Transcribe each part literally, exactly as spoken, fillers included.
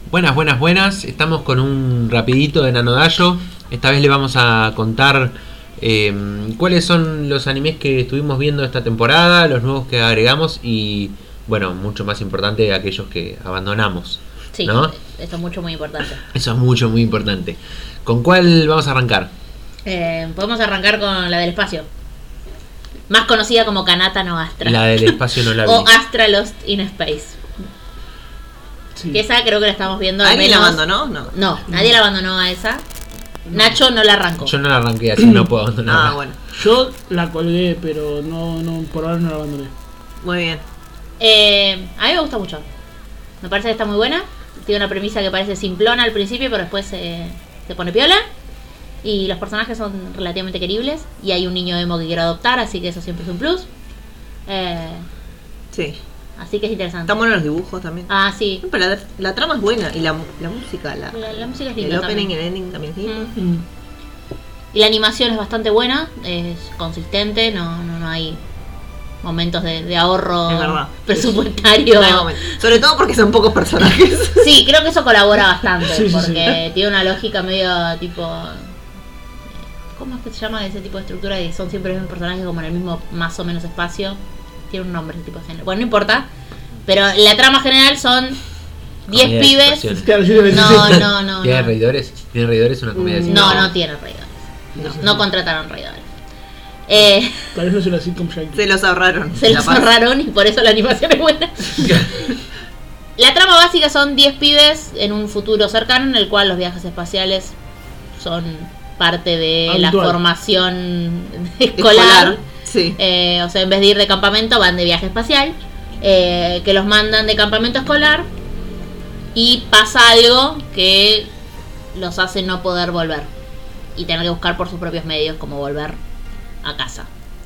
Buenas, buenas, buenas. Estamos con un rapidito de Nanodayo. Esta vez le vamos a contar eh, cuáles son los animes que estuvimos viendo esta temporada, los nuevos que agregamos y, bueno, mucho más importante, aquellos que abandonamos. Sí, ¿no? Eso es mucho, muy importante. Eso es mucho, muy importante. ¿Con cuál vamos a arrancar? Eh, podemos arrancar con la del espacio. Más conocida como Kanata no Astra. La del espacio no la vi. O Astra Lost in Space. Sí. Que esa creo que la estamos viendo al ¿Alguien la menos... abandonó? No. No, nadie la abandonó a esa. Nacho no la arrancó. Yo no la arranqué, así no puedo abandonarla. Ah, bueno. Yo la colgué, pero no, no, por ahora no la abandoné. Muy bien. Eh, a mí me gusta mucho. Me parece que está muy buena. Tiene una premisa que parece simplona al principio, pero después se, se pone piola. Y los personajes son relativamente queribles. Y hay un niño emo que quiero adoptar, así que eso siempre es un plus. Eh, Sí. así que es interesante. Están buenos los dibujos también. Ah, sí. Pero la, la trama es buena. Y la, la música, la, La, la música es el linda opening y también. el ending también es lindo. Mm. Mm. Y la animación es bastante buena, es consistente, no, no, no hay momentos de, de ahorro Es verdad. presupuestario. No hay momento. Sobre todo porque son pocos personajes. Sí, creo que eso colabora bastante, Sí, sí, porque sí. tiene una lógica medio tipo... ¿Cómo es que se llama ese tipo de estructura? Y son siempre los mismos personajes como en el mismo más o menos espacio. Tiene un nombre ese tipo de género. Bueno, no importa. Pero la trama general son diez Comedia de pibes. situaciones. Claro, sí, sí, No, sí. no, no. ¿Tiene No, reidores? ¿Tiene reidores una comedia de Mm, no, situaciones? no tiene reidores. No. No contrataron reidores. Eh... Tal vez no es una sitcom yankee. Se los ahorraron. Se los capaz. ahorraron y por eso la animación es buena. La trama básica son diez pibes en un futuro cercano en el cual los viajes espaciales son parte de la Habitual. formación escolar. Sí. Eh, o sea, en vez de ir de campamento van de viaje espacial. Eh, que los mandan de campamento escolar y pasa algo que los hace no poder volver y tener que buscar por sus propios medios cómo volver a casa.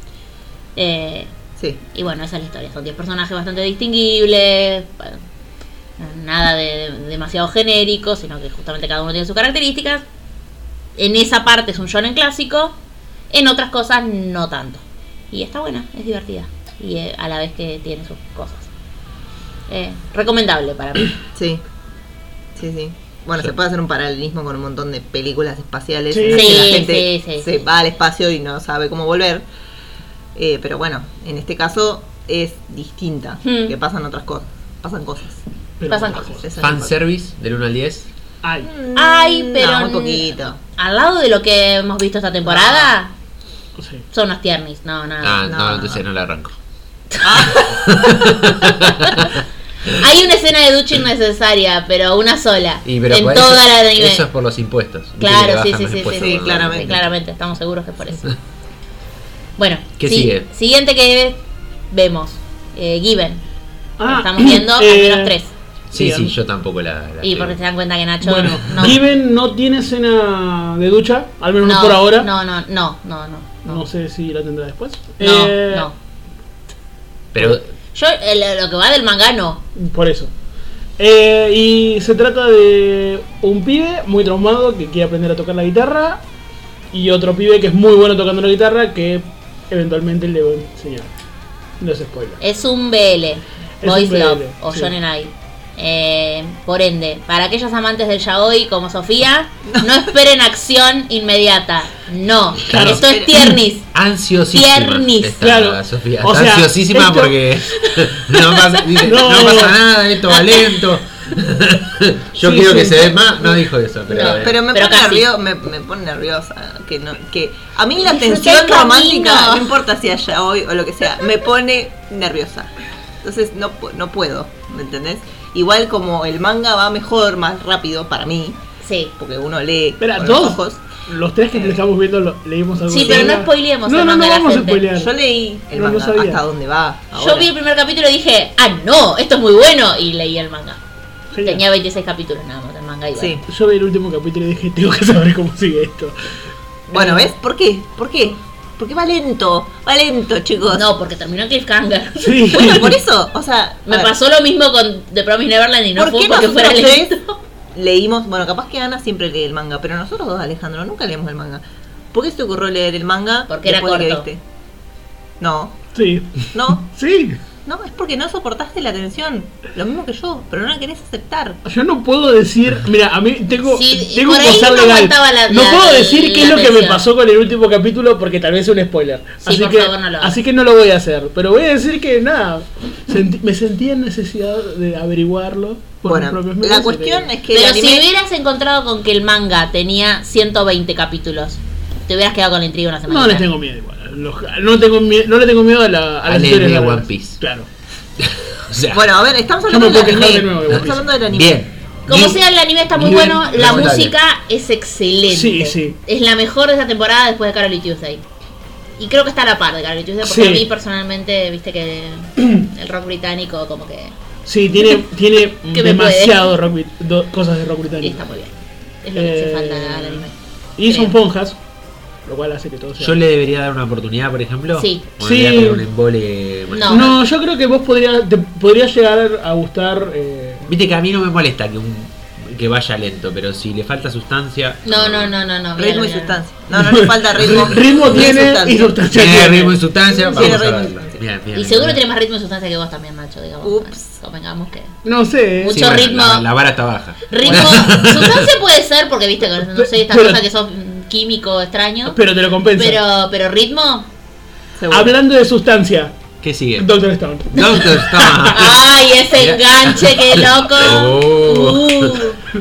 Eh, Sí. y bueno, esa es la historia. Son diez personajes bastante distinguibles. Bueno, nada de, de demasiado genérico, sino que justamente cada uno tiene sus características. En esa parte es un shonen clásico. En otras cosas no tanto. Y está buena, es divertida. Y eh, a la vez que tiene sus cosas. Eh, recomendable para mí. Sí. Sí, sí. Bueno, Sí. se puede hacer un paralelismo con un montón de películas espaciales Sí. en las que la Sí, gente sí, sí, se sí. va al espacio y no sabe cómo volver. Eh, pero bueno, en este caso es distinta, Hmm. que pasan otras cosas. Pasan cosas. Pero pasan bajo. cosas. Eso es Fanservice del uno al diez. Ay, Ay, pero No, muy n- poquito. al lado de lo que hemos visto esta temporada, sí. son unos tiernis. No, nada. Ah, no, no, no. entonces no la arranco. Hay una escena de ducha innecesaria, pero una sola. Y, pero en por toda eso, la anime. eso es por los impuestos. Viste que le Claro, sí, bajan sí, los sí, sí, impuestos sí, por- claramente. claramente, estamos seguros que es por eso. Bueno, ¿Qué sí, sigue? Siguiente que vemos, eh, Given. Ah, Estamos viendo al eh, menos tres. Sí, Bien. sí, yo tampoco la, la Y estoy porque se viendo. dan cuenta que Nacho Bueno, no, Given no tiene escena de ducha, al menos no, no, por ahora. No, no, no, no, no. No No, sé si la tendrá después. no, Eh, no. Pero Yo, eh, lo que va del manga, no. Por eso. Eh, y se trata de un pibe muy traumado que quiere aprender a tocar la guitarra y otro pibe que es muy bueno tocando la guitarra que eventualmente le va a enseñar. No es spoiler. Es un B L, Es Boys un B L, Love o sí. Shonen Ai. Eh, por ende, para aquellos amantes del yaoi como Sofía, no esperen acción inmediata. No, Claro. esto es tiernis. ansiosísima Tiernis. está Claro. Sofía. O Está sea, ansiosísima esto- porque no pasa, dice, No. no. pasa nada, esto va lento. Yo Sí, quiero sí. que se dé más, no dijo eso, pero, No, eh, Pero me Pero pone casi. nerviosa, me, me pone nerviosa que no, que a mí la Disfruta tensión el camino. romántica, no importa si haya hoy o lo que sea, me pone nerviosa. Entonces no pu- no puedo, ¿me entendés? Igual como el manga va mejor, más rápido para mí, Sí. porque uno lee Espera, con todos los ojos. los tres que te estamos viendo lo, leímos algo. Sí, de pero no manga. spoileemos No, el no, no manga a la vamos a gente. spoilear. Yo leí el No, no manga sabía. hasta dónde va. Yo ahora. vi el primer capítulo y dije, ah, no, esto es muy bueno. Y leí el manga. Genial. Tenía veintiséis capítulos nada más el manga. Y Sí. bueno. Yo vi el último capítulo y dije, tengo que saber cómo sigue esto. Bueno, Eh, ¿ves? ¿Por qué? ¿Por qué? Porque va lento, va lento, chicos. No, porque terminó Cliffhanger. Sí. Bueno, por eso, o sea, Me a ver, pasó lo mismo con The Promised Neverland y no ¿por fue qué porque fuera nosotros tres lento. leímos? Bueno, capaz que Ana siempre lee el manga, pero nosotros dos, Alejandro, nunca leemos el manga. ¿Por qué se te ocurrió leer el manga Porque era después de que corto. viste? No, Sí. no, Sí. No, es porque no soportaste la tensión. Lo mismo que yo, pero no la querés aceptar. Yo no puedo decir, mira, a mí tengo, Sí, y tengo por un ahí posar no legal. aguantaba la- no la- puedo decir qué la es lo que me tensión. pasó con el último capítulo porque tal vez es un spoiler. Sí, así por que, favor, no lo hagas. así que no lo voy a hacer. Pero voy a decir que nada, sentí- me sentía en necesidad de averiguarlo por mis Bueno, propios medios. la cuestión es que Pero el si anime... hubieras encontrado con que el manga tenía ciento veinte capítulos, te hubieras quedado con la intriga una semana. No les tengo miedo igual. Los- no, tengo miedo, no le tengo miedo a, la, a las Al historias de largas. One Piece. Claro. O sea, Bueno, a ver, estamos Yo hablando me del puedo quejar anime. de nuevo de One Estamos Piece. hablando del anime. bien. Como Ni- sea, el anime está muy nivel bueno, la lamentable. música es excelente. Sí, sí. Es la mejor de esta temporada después de Carol y Tuesday. Y creo que está a la par de Carol y Tuesday, porque Sí. a mí personalmente, viste que el rock británico como que Sí, tiene, tiene Que me demasiado rock, brit- do- cosas de rock y británico. está muy bien. Es lo que Eh, hace falta al anime. Y son creo. ponjas, lo cual hace que todo sea. Yo le debería dar una oportunidad, por ejemplo. Sí. O le voy a Sí. pegar un embole. No. No, yo creo que vos podrías, te podrías llegar a gustar. Eh, Viste que a mí no me molesta que un que vaya lento, pero si le falta sustancia. No, no, no, no, no. Ritmo míralo, y míralo. sustancia. No, no le falta ritmo. ritmo ni tiene sustancia. y sustancia Tiene tiene. ritmo y sustancia, Sí, vamos ritmo a y verla. sustancia. Bien, bien, Y bien, seguro bien. tiene más ritmo y sustancia que vos también, Nacho, digamos. Ups. Convengamos que. No sé. Mucho Sí, bueno, ritmo. La, la vara está baja. Ritmo, sustancia puede ser, porque viste, con, no sé, estas Pero- cosas que son mm, químico extraño. Pero te lo compensa. Pero, pero ritmo. Seguro. Hablando de sustancia, ¿Qué sigue? Doctor Stone. Doctor Stone. ¡Ay, ese Mira. enganche, qué loco! Oh. Uh.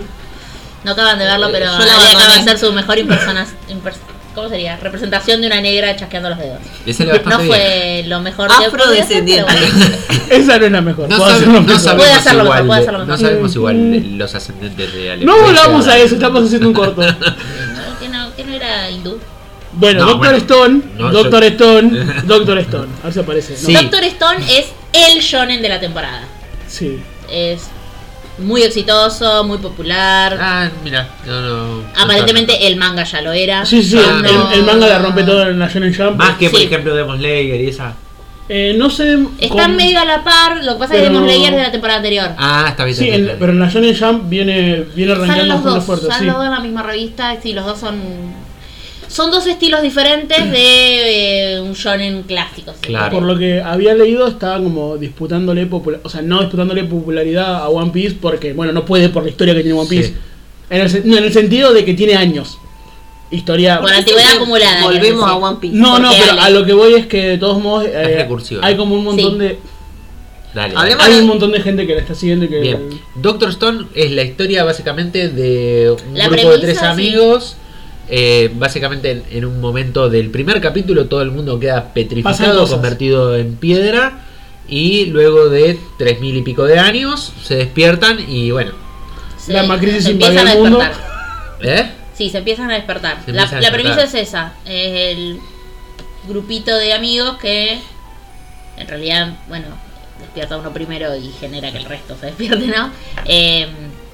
No acaban de verlo, pero Yo la Ali acaba de abandoné. hacer su mejor impersona, impers- ¿cómo sería? Representación de una negra chasqueando los dedos. Le sale No bastante fue lo mejor que podía hacer, pero Afrodescendiente. bueno. Esa no es la mejor. No, puedo sab- hacerlo no mejor. Puede sabemos hacerlo mejor, igual, puede de- hacerlo no mejor. sabemos igual de los ascendentes de Ale. No volvamos a eso, estamos haciendo un corto. No, que no, que no era hindú. Bueno, No, Doctor bueno. Stone, No, Doctor yo- Stone, Doctor Stone. A ver si aparece. ¿no? Sí. Doctor Stone es el shonen de la temporada. Sí. Es muy exitoso, muy popular. Ah, mira, no, no. Aparentemente el manga ya lo era. Sí, sí, Ya el, no- el manga la rompe todo en la Shonen Jump. Más que, por Sí. ejemplo, Demon Slayer y esa. Eh, no sé. Están con- medio a la par, lo que pasa es que Pero- Demon Slayer es de la temporada anterior. Ah, está bien. Sí, está en- bien, está pero bien. en la Shonen Jump viene, viene Salen arrancando los bastante dos, fuerte. salen Sí. los dos en la misma revista, sí, los dos son... Son dos estilos diferentes de eh, un shonen clásico. si Claro. quiere. Por lo que había leído, estaba como disputándole popula- o sea, no disputándole popularidad a One Piece porque, bueno, no puede por la historia que tiene One Piece. Sí. En, el, sen- no, en el sentido de que tiene años. Historia. Por antigüedad Siempre acumulada. Volvemos querés a decir. One Piece. No, no, porque pero Ale- a lo que voy es que de todos modos eh, recursivo, hay ¿no? como un montón Sí. de Dale. Hablemos hay de- un montón de gente que la está siguiendo y que Bien. Doctor Stone es la historia básicamente de un La grupo de premisa, tres sí. amigos. eh, básicamente en, en un momento del primer capítulo todo el mundo queda Pasan petrificado, cosas. convertido en piedra. Y luego de tres mil y pico de años se despiertan y bueno. Se- La Macrisis se invadió empiezan a el mundo. despertar. ¿Eh? Sí, se empiezan a despertar. Se La, empiezan a la despertar. premisa es esa. Es el grupito de amigos que en realidad, bueno, despierta uno primero y genera que el resto se despierte, ¿no? Eh,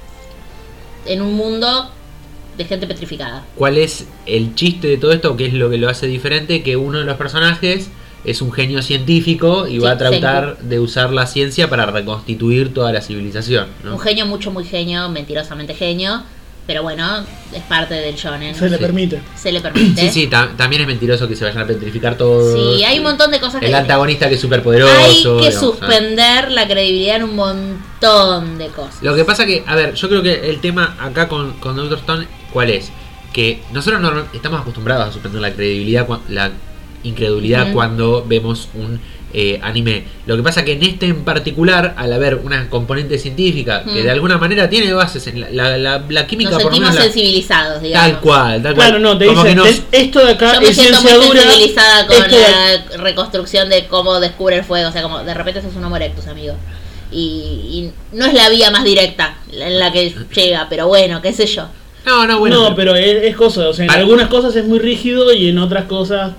en un mundo de gente petrificada. ¿Cuál es el chiste de todo esto? ¿Qué es lo que lo hace diferente? Que uno de los personajes es un genio científico y Sí, va a tratar de usar la ciencia para reconstituir toda la civilización, ¿no? Un genio mucho, muy genio, mentirosamente genio. Pero bueno, es parte del shonen. se le Sí. permite. Se le permite. Sí, sí, ta- también es mentiroso que se vayan a petrificar todo. Sí, hay un montón de cosas El que... antagonista que es súper poderoso. Hay que digamos, ¿sabes? suspender la credibilidad en un montón de cosas. Lo que pasa que, a ver, yo creo que el tema acá con, con Doctor Stone, ¿cuál es? Que nosotros normal- estamos acostumbrados a suspender la credibilidad, cua- la incredulidad Ujú. cuando vemos un eh, anime. Lo que pasa que en este en particular, al haber una componente científica que Ujú. de alguna manera tiene bases en la, la, la- la química, Nos por lo sentimos menos la- sensibilizados, digamos. tal cual, tal cual. Claro, no, te Como dicen, que nos- "Ten- esto de acá Yo me es siento muy ciencia dura. sensibilizada con esto de- la reconstrucción de cómo descubre el fuego. O sea, como de repente sos un Homo erectus, amigo. Y, y no es la vía más directa en la que llega, pero bueno, qué sé yo. No, no, bueno. no, pero es, es cosa, o sea, en Para- algunas cosas es muy rígido y en otras cosas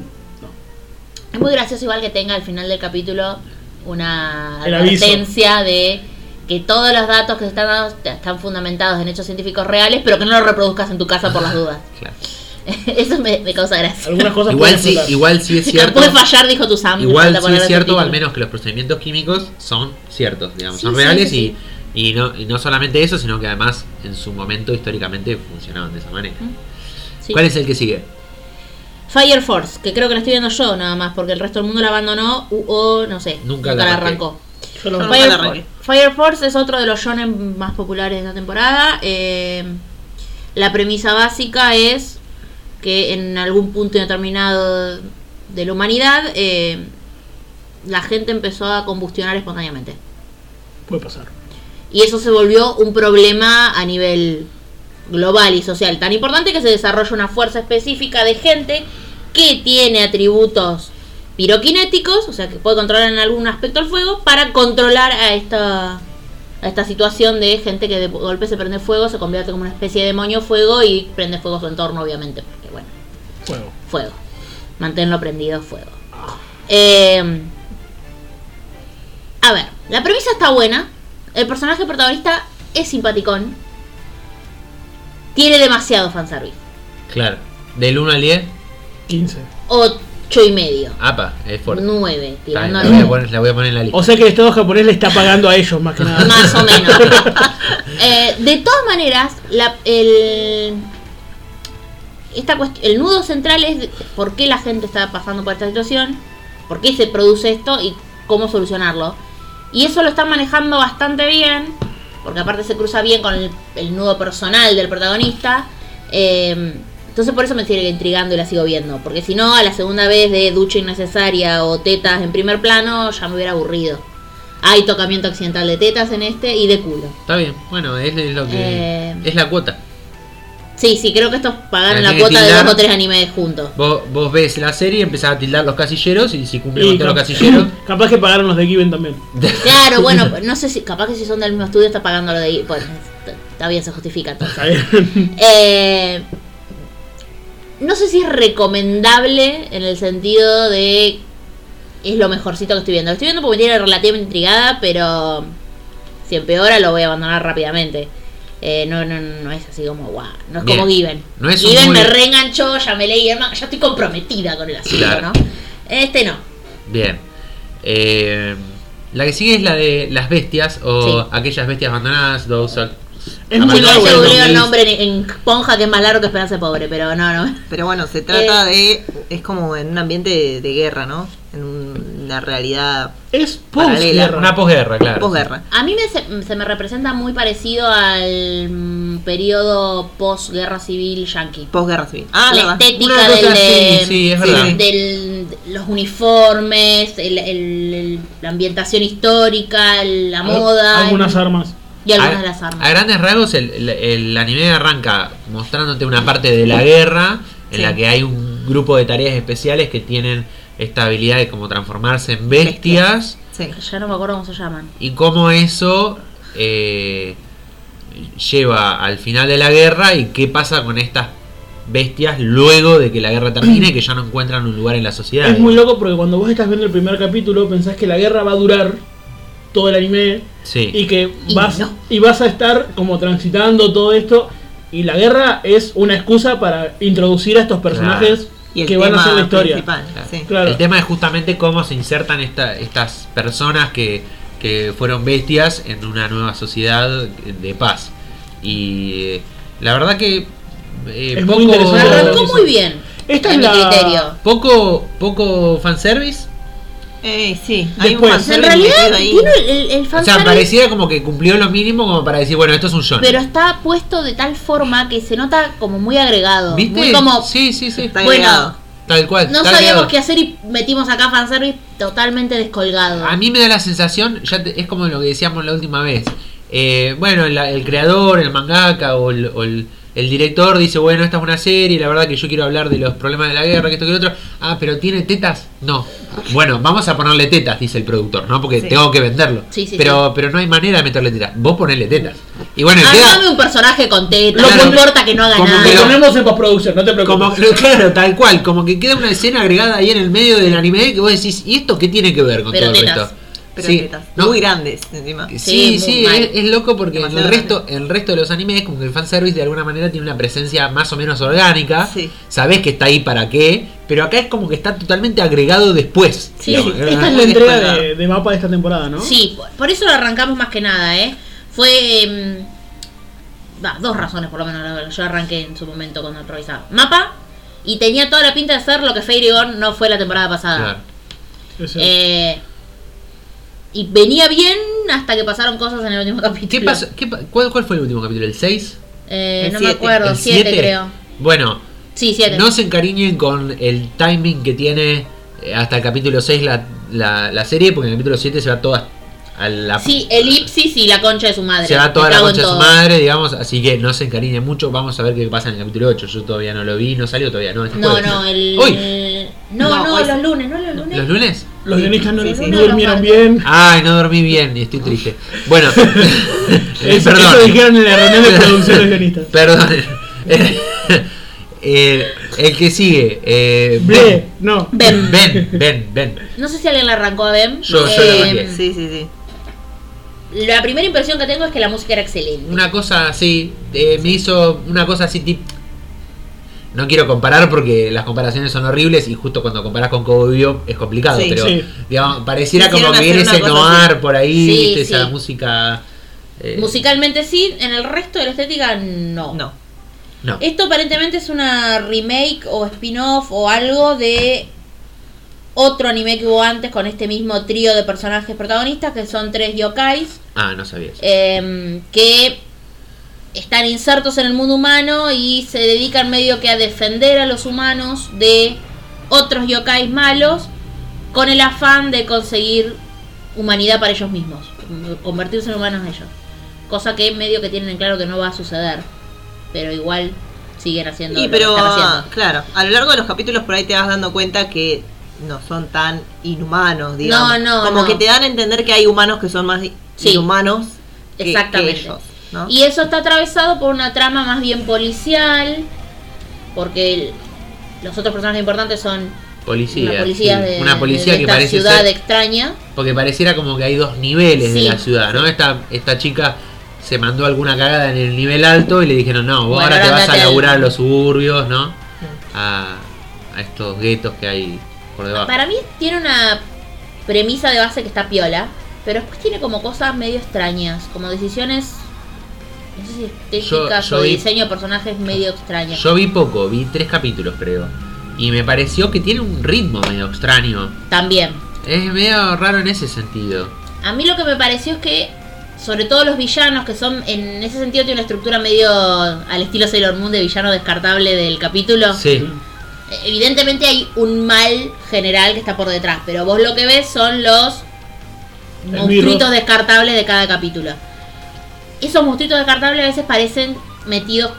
Es muy gracioso igual que tenga al final del capítulo una El aviso. advertencia de que todos los datos que se están dando están fundamentados en hechos científicos reales, pero que no lo reproduzcas en tu casa por las dudas. Claro. Eso me, me causa gracia. algunas cosas Igual pueden sí, flotar. igual sí es cierto. Puede fallar, dijo tu Sam. Igual falta sí poner es el cierto, subtítulo. al menos que los procedimientos químicos son ciertos, digamos, Sí, son sí, reales sí, y, y no y no solamente eso, sino que además en su momento históricamente funcionaban de esa manera. Sí. ¿Cuál es el que sigue? Fire Force, que creo que la estoy viendo yo nada más, porque el resto del mundo la abandonó u- o no sé, Nunca nunca, la la arranqué. arrancó. Yo lo- Yo nunca Fire, la For- arranqué. Fire Force es otro de los shonen más populares de la temporada. Eh, la premisa básica es que en algún punto determinado de la humanidad eh, la gente empezó a combustionar espontáneamente. Puede pasar. Y eso se volvió un problema a nivel global y social tan importante que se desarrolla una fuerza específica de gente que tiene atributos piroquinéticos, o sea que puede controlar en algún aspecto el fuego, para controlar a esta a esta situación de gente que de golpe se prende fuego, se convierte como una especie de demonio fuego y prende fuego a su entorno, obviamente, porque bueno, Fuego. fuego, manténlo prendido, fuego. Eh, a ver, la premisa está buena, el personaje protagonista es simpaticón, tiene demasiado fanservice, Claro. Del uno al diez, quince. ocho y medio, apa, es fuerte. nueve, Está tirando bien, la, voy a al poner, la voy a poner en la lista. O sea que el Estado japonés le está pagando a ellos más que nada. más o menos. Eh, de todas maneras, la, el, esta cuest- el nudo central es de- por qué la gente está pasando por esta situación, por qué se produce esto y cómo solucionarlo. Y eso lo están manejando bastante bien, porque aparte se cruza bien con el, el nudo personal del protagonista. Eh, entonces por eso me sigue intrigando y la sigo viendo, porque si no, a la segunda vez de ducha innecesaria o tetas en primer plano, ya me hubiera aburrido. Hay tocamiento accidental de tetas en este y de culo. Está bien, bueno, es, es lo que. Eh. Es la cuota. Sí, sí, creo que estos pagaron Tenés la que cuota de tildar. dos o tres animes juntos. Vos, vos ves la serie y empezás a tildar los casilleros y si cumple Y con todos los cap- casilleros. capaz que pagaron los de Given también. Claro, bueno, no sé si, capaz que si son del mismo estudio está pagando lo de... Bueno, está bien, se justifica entonces. Está bien. Eh, no sé si es recomendable en el sentido de... Es lo mejorcito que estoy viendo. Lo estoy viendo porque me tiene relativamente intrigada, pero... Si empeora lo voy a abandonar rápidamente. Eh, no, no, no es así como guau, no es Bien. como Given. No es un Given muy- me reenganchó, ya me leí el manga, ya estoy comprometida con el asunto, Claro. ¿no? Este no. Bien. Eh, la que sigue es la de las bestias o Sí. aquellas bestias abandonadas. Those are- Es Sí, muy no, largo yo el googleo nombre. el nombre en, en Ponja, que es más largo que Esperanza de Pobre, pero no, no. Pero bueno, se trata Eh. de. Es como en un ambiente de, de guerra, ¿no? En un- una realidad Es Paralela. posguerra. Una posguerra, claro. posguerra. A mí me se, se me representa muy parecido al mm, periodo posguerra civil yankee. Posguerra civil. Ah, la verdad. estética Una del cosa de, así, sí, es sí, verdad. sí. del- de los uniformes, el, el- el- la ambientación histórica, el- la Al- moda Algunas el- armas. y algunas a, de las a armas. grandes rasgos, el, el- el anime arranca mostrándote una parte de la guerra en Sí. la que hay un grupo de tareas especiales que tienen esta habilidad de como transformarse en bestias Sí. Ya no me acuerdo cómo se llaman. y cómo eso eh, lleva al final de la guerra y qué pasa con estas bestias luego de que la guerra termine y que ya no encuentran un lugar en la sociedad. Es muy loco porque cuando vos estás viendo el primer capítulo pensás que la guerra va a durar todo el anime Sí. y que Y vas no. y vas a estar como transitando todo esto y la guerra es una excusa para introducir a estos personajes Y el que van a tema hacer la historia. principal, Claro. sí. Claro. El tema es justamente cómo se insertan esta, estas personas que, que fueron bestias en una nueva sociedad de paz. Y eh, la verdad que eh, Es poco, muy interesante. Arrancó eso. muy bien. Esta en es mi la- criterio. poco, poco fanservice. Eh, sí, hay Después. un En fanservice realidad metido ahí. tiene el, el, el O sea, fanservice, parecía como que cumplió lo mínimo como para decir, bueno, esto es un shonen. pero está puesto de tal forma que se nota como muy agregado. ¿Viste? Muy como, Sí, sí, sí. Está bueno, agregado. Tal cual. no está sabíamos agregado. qué hacer y metimos acá fanservice totalmente descolgado. A mí me da la sensación, ya te- es como lo que decíamos la última vez. Eh, bueno, la- el creador, el mangaka o el, o el- el director dice, bueno, esta es una serie, la verdad que yo quiero hablar de los problemas de la guerra, que esto que lo otro. Ah, pero ¿tiene tetas? No. Bueno, vamos a ponerle tetas, dice el productor, ¿no? Porque Sí. tengo que venderlo. Sí, sí, pero, pero no hay manera de meterle tetas. Vos ponele tetas. Y bueno, Ah, queda... dame un personaje con tetas, Lo no pon- importa que no haga como nada. que Lo lo- ponemos en postproducción, no te Como, preocupes. claro, tal cual, como que queda una escena agregada ahí en el medio del anime que vos decís, ¿y esto qué tiene que ver con Pero todo el tetas. resto? Pero Sí, tetas. no, Muy grandes, encima. Sí, Sí, sí, muy mal. es, es loco porque en el Demasiado resto, el resto de los animes, como que el fanservice de alguna manera tiene una presencia más o menos orgánica. Sí. Sabés que está ahí para qué, pero acá es como que está totalmente agregado después. Sí, digamos. sí, Eh, Esta es la Muy entrega descolgado. de, de mapa de esta temporada, ¿no? Sí, por, por eso lo arrancamos más que nada, ¿eh? Fue... mm, va, dos razones por lo menos yo arranqué en su momento cuando improvisaba. Mapa Y tenía toda la pinta de ser lo que Fairy Gone no fue la temporada pasada. Claro. Eso. Eh, y venía bien hasta que pasaron cosas en el último capítulo. ¿Qué pasó? ¿Qué pa- cuál, ¿Cuál fue el último capítulo? ¿El seis? Eh, El no siete. me acuerdo, ¿El siete siete? creo. Bueno, Sí, siete. no se encariñen con el timing que tiene eh, hasta el capítulo seis la, la, la serie, porque en el capítulo siete se va toda a la... Sí, elipsis y la concha de su madre. Se va toda Me la cago en concha de su todo. madre, digamos, así que no se encariñen mucho. Vamos a ver qué pasa en el capítulo ocho. Yo todavía no lo vi, no salió todavía, no. este No, jueves. no, el. Hoy. No, No, no, hoy- los lunes, no los lunes. ¿Los lunes? Los guionistas no, Sí, sí. no durmieron No, no, bien. Ay, no dormí bien y estoy triste. Bueno, Eso, perdón. eso dijeron en la reunión de producción los guionistas. Perdón. el, el que sigue. Eh, Ble, no. Bem. Ben, Ben, Ben. No sé si alguien la arrancó a Bem. Yo- yo la Eh, arranqué. Sí, sí, sí. La primera impresión que tengo es que la música era excelente. Una cosa así, eh, me hizo una cosa así tip. No quiero comparar porque las comparaciones son horribles y justo cuando comparas con Cowboy Bebop es complicado, Sí, pero sí. digamos, pareciera Quisieron como que viene hacer ese una cosa noir así. por ahí, Sí, ¿viste? sí. Esa música. eh, Musicalmente sí, en el resto de la estética no. No. No. Esto aparentemente es una remake o spin-off o algo de otro anime que hubo antes con este mismo trío de personajes protagonistas que son tres yokais Ah, no sabía eso. eh, que están insertos en el mundo humano y se dedican medio que a defender a los humanos de otros yokais malos con el afán de conseguir humanidad para ellos mismos, convertirse en humanos ellos, cosa que medio que tienen en claro que no va a suceder, pero igual siguen haciendo Y lo que pero, están ah, haciendo. claro, a lo largo de los capítulos por ahí te vas dando cuenta que no son tan inhumanos, digamos. No, no, Como no. que te dan a entender que hay humanos que son más Sí. inhumanos que, que Exactamente. ellos, ¿no? Y eso está atravesado por una trama más bien policial, porque el- los otros personajes importantes son Policía. una policía, sí. de, Una policía de que esta parece ciudad ser- extraña. Porque pareciera como que hay dos niveles de Sí. la ciudad, ¿no? Esta, esta chica se mandó alguna cagada en el nivel alto y le dijeron, no, vos Bueno, ahora te ahora vas a andate al- laburar a los suburbios, ¿no? A, a estos guetos que hay por debajo. Para mí tiene una premisa de base que está piola, pero después tiene como cosas medio extrañas, como decisiones, no sé si estéticas Yo- yo o de vi- diseño de personajes medio extrañas. Yo vi poco, vi tres capítulos creo. Y me pareció que tiene un ritmo medio extraño. También. Es medio raro en ese sentido. A mí lo que me pareció es que, sobre todo los villanos, que son, en ese sentido, tiene una estructura medio al estilo Sailor Moon de villano descartable del capítulo. Sí, Evidentemente hay un mal general que está por detrás, pero vos lo que ves son los monstruitos Esbirros. descartables de cada capítulo. Esos monstruitos descartables a veces parecen metidos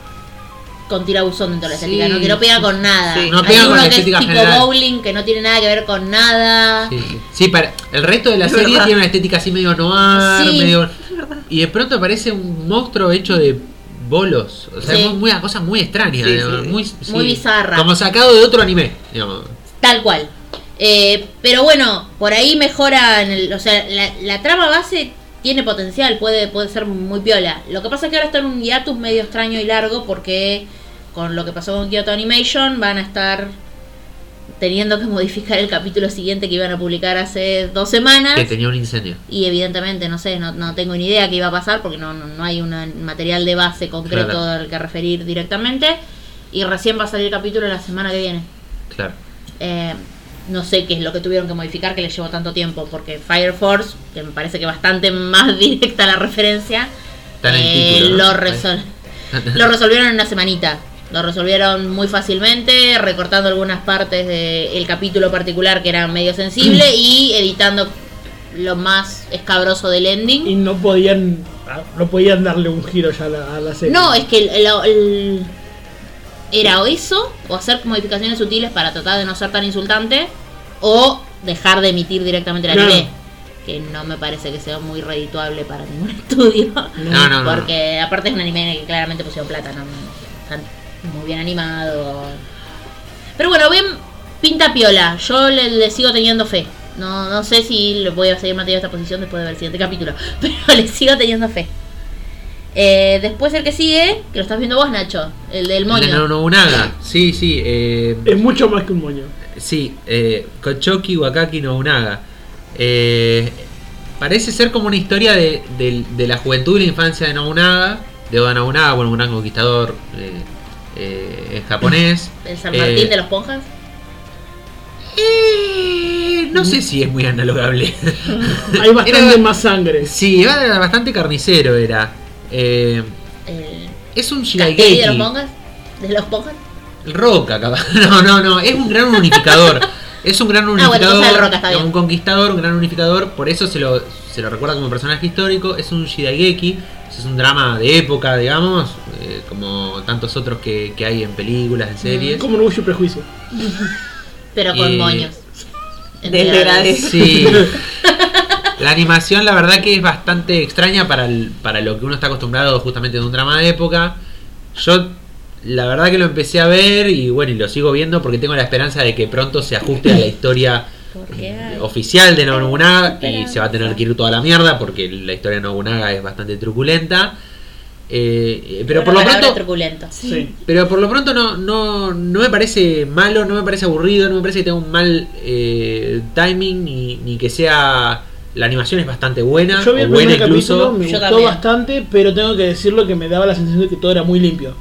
con tirabuzón dentro de la Sí, estética, ¿no? Que no pega con nada. sí. No Hay pega con uno la que es estética tipo general. bowling, que no tiene nada que ver con nada. sí, sí. Sí, para, el resto de la Es serie verdad. tiene una estética así medio noir, Sí. medio... Y de pronto aparece un monstruo hecho de bolos. O sea, Sí. muy, muy- una cosa muy extraña. Sí, digamos, sí. Muy, Muy sí. bizarra. Como sacado de otro anime, digamos. Tal cual. Eh, pero bueno, por ahí mejoran, el- o sea, la, la trama base tiene potencial, puede, puede ser muy piola. Lo que pasa es que ahora está en un hiatus medio extraño y largo porque con lo que pasó con Kyoto Animation van a estar teniendo que modificar el capítulo siguiente que iban a publicar hace dos semanas. Que tenía un incendio. Y evidentemente, no sé, no, no tengo ni idea qué iba a pasar porque no, no, no hay un material de base concreto Claro. al que referir directamente. Y recién va a salir el capítulo la semana que viene. Claro. Eh, no sé qué es lo que tuvieron que modificar que les llevó tanto tiempo, porque Fire Force, que me parece que bastante más directa la referencia, Está en el eh, título, ¿no? lo, resol- lo resolvieron en una semanita. Lo resolvieron muy fácilmente, recortando algunas partes del capítulo particular que era medio sensible y editando lo más escabroso del ending. Y no podían no podían darle un giro ya a la, a la serie. No, es que el- el- el- era o eso, o hacer modificaciones sutiles para tratar de no ser tan insultante, o dejar de emitir directamente el Claro. anime. Que no me parece que sea muy redituable para ningún estudio. No, no, no. Porque aparte es un anime en el que claramente pusieron plata, ¿no? Están muy bien animado. Pero bueno, bien, pinta piola. Yo le, le sigo teniendo fe. No, no sé si le voy a seguir manteniendo esta posición después de ver el siguiente capítulo. Pero le sigo teniendo fe. Eh, después el que sigue, que lo estás viendo vos, Nacho, el del El de moño. Nobunaga. Sí, sí. Eh, Es mucho más que un moño. sí, eh, Kochoki Wakaki Nobunaga. Eh, parece ser como una historia de, de, de la juventud y la infancia de Nobunaga. De Oda Nobunaga, bueno, un gran conquistador eh, eh, es japonés. ¿El San Martín Eh, de los Ponjas? eh, no sé si es muy analogable. Hay bastante Era- más sangre. Sí, era bastante carnicero era. Eh, ¿El es un Castelli de los Shidaigeki. Ponjas? ¿De los Ponjas? Roca, capaz. No, no, no. Es un gran unificador. Es un gran Ah, bueno, unificador. entonces el Roca está bien. Un conquistador, un gran unificador. Por eso se lo, se lo recuerda como personaje histórico. Es un Shidaigeki. Es un drama de época, digamos. eh, como tantos otros que, que hay en películas, en series. Como Orgullo y Prejuicio. Pero con Eh, moños. Del degradé. Sí. La animación, la verdad que es bastante extraña para, el- para lo que uno está acostumbrado justamente de un drama de época. Yo, la verdad que lo empecé a ver y bueno, y lo sigo viendo porque tengo la esperanza de que pronto se ajuste a la historia Porque hay oficial de Nobunaga y esperanza. se va a tener que ir toda la mierda porque la historia de Nobunaga es bastante truculenta. Eh, pero Una por lo palabra pronto truculento. Sí. pero por lo pronto no, no, no me parece malo, no me parece aburrido, no me parece que tenga un mal eh, timing, ni, ni que sea... La animación es bastante buena, Yo vi o el buena primer capítulo, incluso. me Yo gustó también. bastante, pero tengo que decirlo que me daba la sensación de que todo era muy limpio.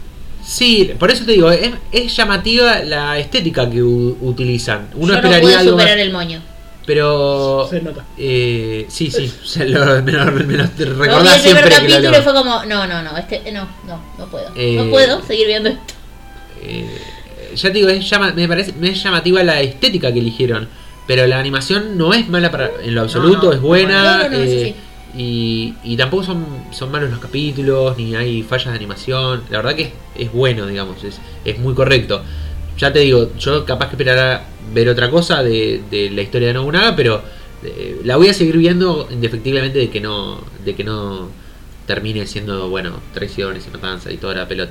Sí, por eso te digo, es, es llamativa la estética que u- utilizan. Uno Yo no esperaría pude algo superar más, el moño. pero... Se nota. Eh, sí, sí, o sea, lo, me lo, me lo Yo vi recordás el primer siempre que lo capítulo y hablamos. fue como, no, no, no, este, no, no, no puedo. Eh, No puedo seguir viendo esto. Eh, ya te digo, es llama- me parece me es llamativa la estética que eligieron, pero la animación no es mala para, en lo absoluto, no, es buena. no, no, no, eso eh, y, y tampoco son, son malos los capítulos, ni hay fallas de animación. La verdad que es, es bueno, digamos, es, es muy correcto. Ya te digo, yo capaz que esperara ver otra cosa de, de la historia de Nobunaga, pero eh, la voy a seguir viendo indefectiblemente de que no de que no termine siendo, bueno, traiciones y matanza y toda la pelota.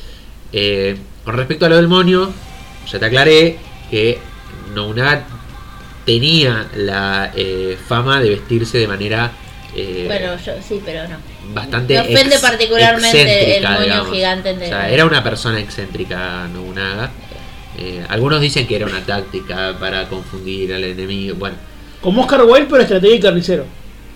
Eh, con respecto a lo del moño, ya te aclaré que Nobunaga tenía la eh, fama de vestirse de manera eh, Bueno, yo sí, pero no. bastante Me ofende ex- particularmente el excéntrica, moño digamos. gigante de- O sea, era una persona excéntrica Nobunaga. Eh, algunos dicen que era una táctica para confundir al enemigo. Bueno, Como Oscar Wilde, pero estrategia y carnicero.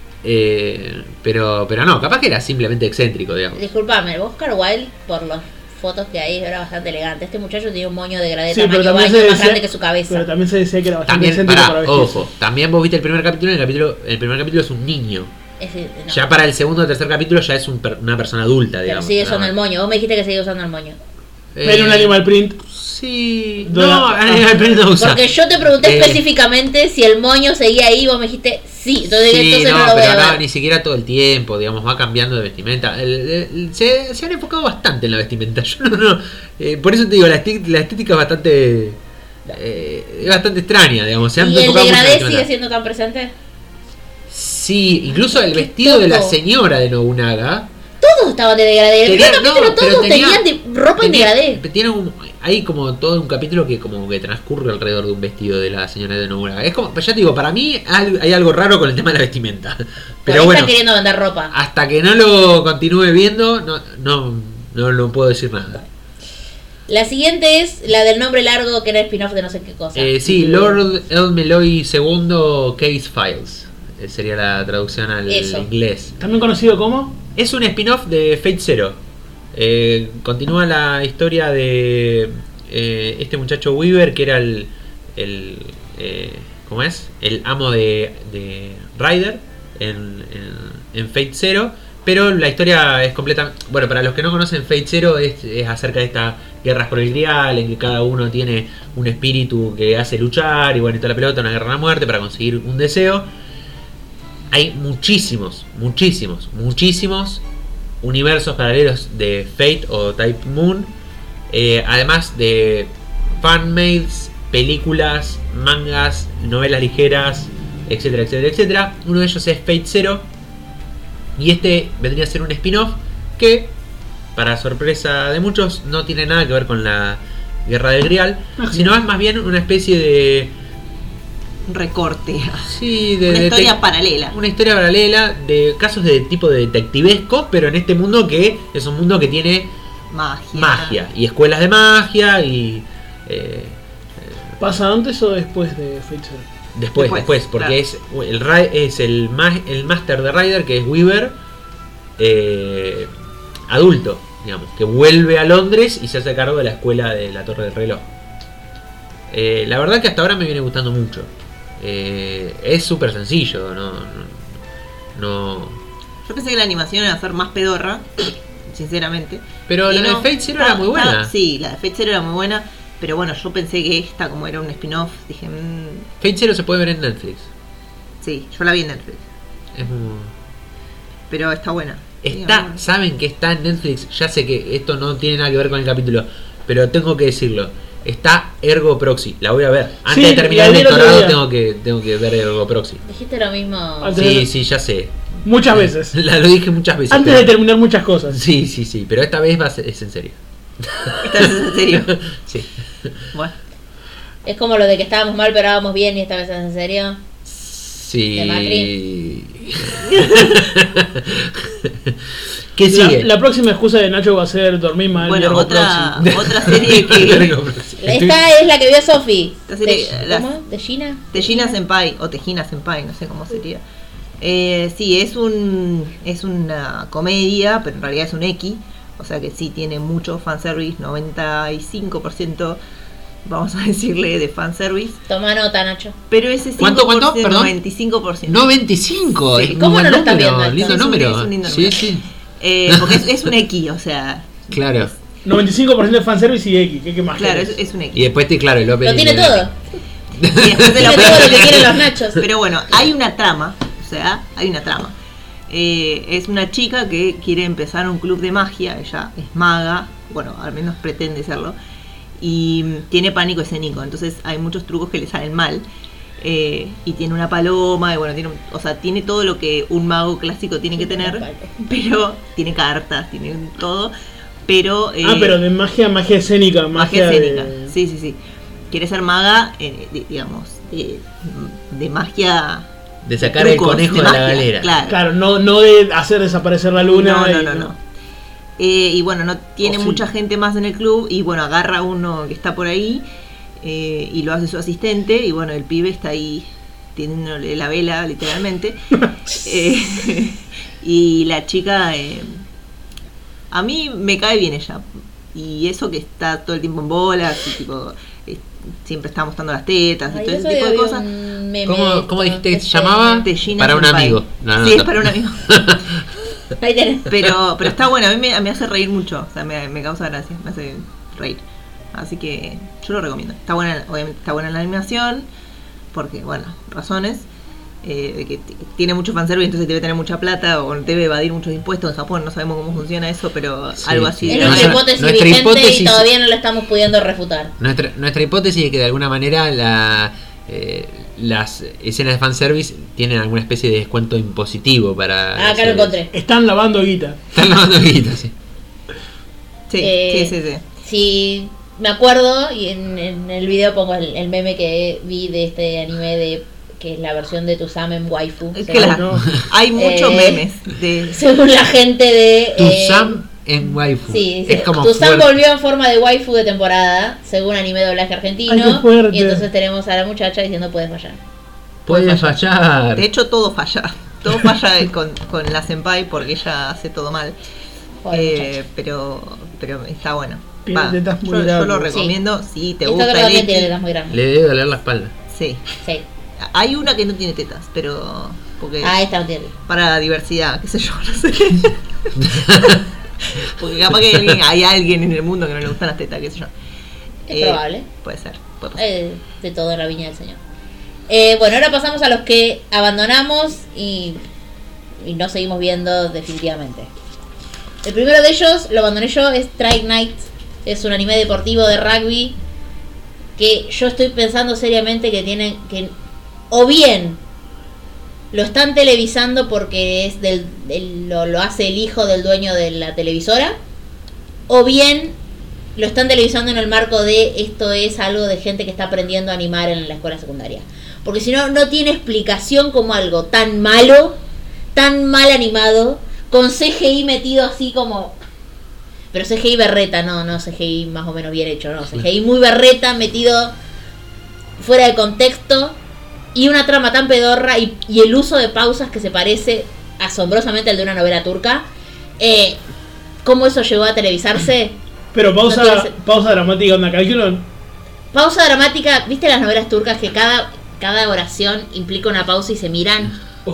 eh, pero pero no, capaz que era simplemente excéntrico, digamos. Disculpame, Oscar Wilde, por las fotos que hay, era bastante elegante. Este muchacho tiene un moño de gradé Sí, pero tamaño también baño se más decía, grande que su cabeza. pero también se decía que era bastante También, excéntrico pará, para vestirse. ojo, también vos viste el primer capítulo, y el capítulo, el primer capítulo es un niño. Es decir, no. Ya para el segundo o tercer capítulo ya es un per- una persona adulta, Pero digamos. sigue Pero usando el moño. Vos me dijiste que sigue usando el moño. Pero un Eh, animal print. Sí. No, No, la- Animal Print no usa. Porque yo te pregunté Eh, específicamente si el moño seguía ahí y vos me dijiste sí. Entonces, Sí, entonces no, no, lo voy pero a no, ver. ni siquiera todo el tiempo, digamos, va cambiando de vestimenta. El- el- se, se han enfocado bastante en la vestimenta. Yo no, no. eh, por eso te digo, la, esti- la estética es bastante. eh, es bastante extraña, digamos. Se han ¿Y el enfocado mucho en la degradé vestimenta. sigue siendo tan presente? Sí, incluso el Qué vestido de la tonto. señora de Nobunaga. Todos estaban de degradé. El tenía- primer no, capítulo pero todos tenía- tenían de- ropa en tenía- degradé. tiene un, hay como todo un capítulo que como que transcurre alrededor de un vestido de la señora de Nobunaga. Es como, ya te digo, para mí hay, hay algo raro con el tema de la vestimenta. Por Pero ahí bueno, están queriendo vender ropa. hasta que no lo continúe viendo, no, no, no, no puedo decir nada. La siguiente es la del nombre largo que era spin-off de no sé qué cosa. Eh, sí, Lord El Meloy segundo Case Files. eh, Sería la traducción al Eso. inglés. También conocido como. Es un spin-off de Fate Zero. Eh, continúa la historia de eh, este muchacho Weaver, que era el, el eh, ¿cómo es? El amo de, de Ryder en, en, en Fate Zero. Pero la historia es completa. Bueno, para los que no conocen, Fate Zero es, es acerca de estas guerras por el Grial, en que cada uno tiene un espíritu que hace luchar, y bueno, y toda la pelota, una guerra a la muerte para conseguir un deseo. Hay muchísimos, muchísimos, muchísimos universos paralelos de Fate o Type Moon. Eh, además de fanmates, películas, mangas, novelas ligeras, etcétera, etcétera, etcétera. Uno de ellos es Fate Zero. Y este vendría a ser un spin-off que, para sorpresa de muchos, no tiene nada que ver con la Guerra del Grial, Ajá. sino es más bien una especie de... Un recorte. Sí, de, Una de historia detec- paralela. una historia paralela de casos de tipo de detectivesco, pero en este mundo que es un mundo que tiene Magia. magia y escuelas de magia y eh, ¿Pasa antes o después de Fate Zero? después, Después, después, porque claro. es el Ra- es el ma- el máster de Ryder, que es Weaver, eh, adulto, digamos, que vuelve a Londres y se hace cargo de la escuela de la Torre del Reloj. Eh, la verdad que hasta ahora me viene gustando mucho. Eh, es súper sencillo, no, no, no. Yo pensé que la animación iba a ser más pedorra, sinceramente. Pero Y la no, de Fate Zero está- era muy buena. está- sí, la de Fate Zero era muy buena, pero bueno, yo pensé que esta, como era un spin-off, dije, mmm, Fate Zero se puede ver en Netflix. sí, yo la vi en Netflix, Es muy... pero está buena. Está, Digamos. saben que está en Netflix. Ya sé que esto no tiene nada que ver con el capítulo, pero tengo que decirlo. Está Ergo Proxy, la voy a ver. Antes Sí, de terminar el la vi el otro doctorado día. tengo que, tengo que ver Ergo Proxy. Dijiste lo mismo. Antes Sí, de- sí, ya sé. Muchas veces. La, lo dije muchas veces. Antes de pero- terminar muchas cosas. Sí, sí, sí, pero esta vez va a ser, es en serio. ¿Esta vez es en serio? Sí. Bueno, Es como lo de que estábamos mal pero estábamos bien y esta vez es en serio. Sí. ¿De Macri? ¿Qué La, sigue? la próxima excusa de Nacho va a ser dormir mal. y bueno, Ergo otra, Proxy. otra serie que... Ergo Proxy. Esta es la que vio Sofi. Esta serie, ¿De, las- ¿Cómo? ¿De Gina? Tejina Senpai o Tejina Senpai, no sé cómo sería. Eh, sí, es un es una comedia, pero en realidad es un X, o sea que sí tiene mucho fanservice, noventa y cinco por ciento, vamos a decirle, de fanservice, Toma nota, Nacho. pero ese ¿Cuánto, cuánto? cinco por ciento, Perdón. noventa y cinco por ciento. No, veinticinco. Sí. Es un ¿Cómo buen no lo estás número, viendo esto? lindo Es un- número. es un lindo Sí, número. sí. Eh, porque es, es un X, o sea, Claro. noventa y cinco por ciento de fanservice y X. ¿Qué, qué más claro, es, querés? es un X. Y después, te, claro, el Lo opening tiene de- todo. Y después de la Tiene todo lo que quieren los nachos. Pero bueno, hay una trama, o sea, hay una trama. Eh, es una chica que quiere empezar un club de magia, ella es maga, bueno, al menos pretende serlo, y mm, tiene pánico escénico, entonces hay muchos trucos que le salen mal. Eh, y tiene una paloma, y bueno, tiene, un- o sea, tiene todo lo que un mago clásico tiene que tener, pero tiene cartas, tiene todo, pero... eh, Ah, pero de magia, magia escénica. Magia, magia escénica, de... sí, sí, sí. Quiere ser maga, eh, de- digamos, de, de magia... De sacar de el trucos, conejo de, magia, la galera. Claro. Claro, no, no de hacer desaparecer la luna. No, no, y- no, no. Eh, y bueno, no tiene O sí. mucha gente más en el club y bueno, agarra a uno que está por ahí eh, y lo hace su asistente y bueno, el pibe está ahí teniéndole la vela literalmente. Eh, y la chica, eh, a mí me cae bien ella. Y eso que está todo el tiempo en bolas y tipo, eh, siempre está mostrando las tetas y Ay, todo ese eso tipo de vi cosas. un meme de ¿Cómo, esto, ¿Cómo dijiste que se este, llamaba? Tejina Para un Senpai. amigo. No, no, sí, no. es para un amigo. Ahí tenés. Pero, pero está buena, a mí me, me hace reír mucho, o sea, me, me causa gracia, me hace reír. Así que yo lo recomiendo. Está buena, obviamente está buena la animación, porque, bueno, razones. Eh, de que t- tiene mucho fanservice, entonces debe tener mucha plata o debe evadir muchos impuestos en Japón, no sabemos cómo funciona eso, pero Sí, algo sí. así. Es debe nuestra haber. hipótesis nuestra vigente hipótesis- y todavía no la estamos pudiendo refutar. Nuestra, nuestra hipótesis es que de alguna manera la, eh, las escenas de fanservice tienen alguna especie de descuento impositivo para... Ah, acá lo encontré. Están lavando guita. Están lavando guita, sí. Sí, Eh, sí, sí, sí. Sí, me acuerdo y en, en el video pongo el, el meme que vi de este anime de que es la versión de Tusamen Waifu. Es según, que la- no. hay muchos Eh, memes de... según la gente de... Tu eh, Sam en waifu. Sí, es como Tusam fuerte. volvió en forma de waifu de temporada, según anime doblaje argentino. Ay, qué fuerte. Y entonces tenemos a la muchacha diciendo puedes fallar. Puede fallar. De hecho, todo falla. Todo falla con, con la senpai porque ella hace todo mal. Pobre Eh, muchacha. pero, pero está bueno. Tiene Va, tetas muy yo, yo lo grandes. recomiendo si te Esta gusta creo el también tiene X. tetas muy grandes. Le debe doler la espalda. Sí. Sí. Hay una que no tiene tetas, pero porque Ah, esta no tiene. para la diversidad, qué sé yo, no sé. Porque capaz que alguien- hay alguien en el mundo que no le gustan las tetas, qué sé yo. Es probable. Puede ser, puede pasar. Eh, de todo en la viña del Señor. Eh, bueno, ahora pasamos a los que abandonamos y, y no seguimos viendo definitivamente. El primero de ellos, lo abandoné yo, es Strike Knight. Es un anime deportivo de rugby que yo estoy pensando seriamente que tienen que... O bien lo están televisando porque es del, del- lo, lo hace el hijo del dueño de la televisora. O bien lo están televisando en el marco de esto es algo de gente que está aprendiendo a animar en la escuela secundaria. Porque si no, no tiene explicación como algo tan malo, tan mal animado, con C G I metido así como... Pero C G I berreta, no, no C G I más o menos bien hecho, no. C G I muy berreta, metido fuera de contexto. Y una trama tan pedorra y, y el uso de pausas que se parece asombrosamente al de una novela turca. Eh, cómo eso llegó a televisarse. Pero pausa, No tiene- pausa dramática, onda cálculo. Pausa dramática, ¿viste las novelas turcas que cada, cada oración implica una pausa y se miran? Oh,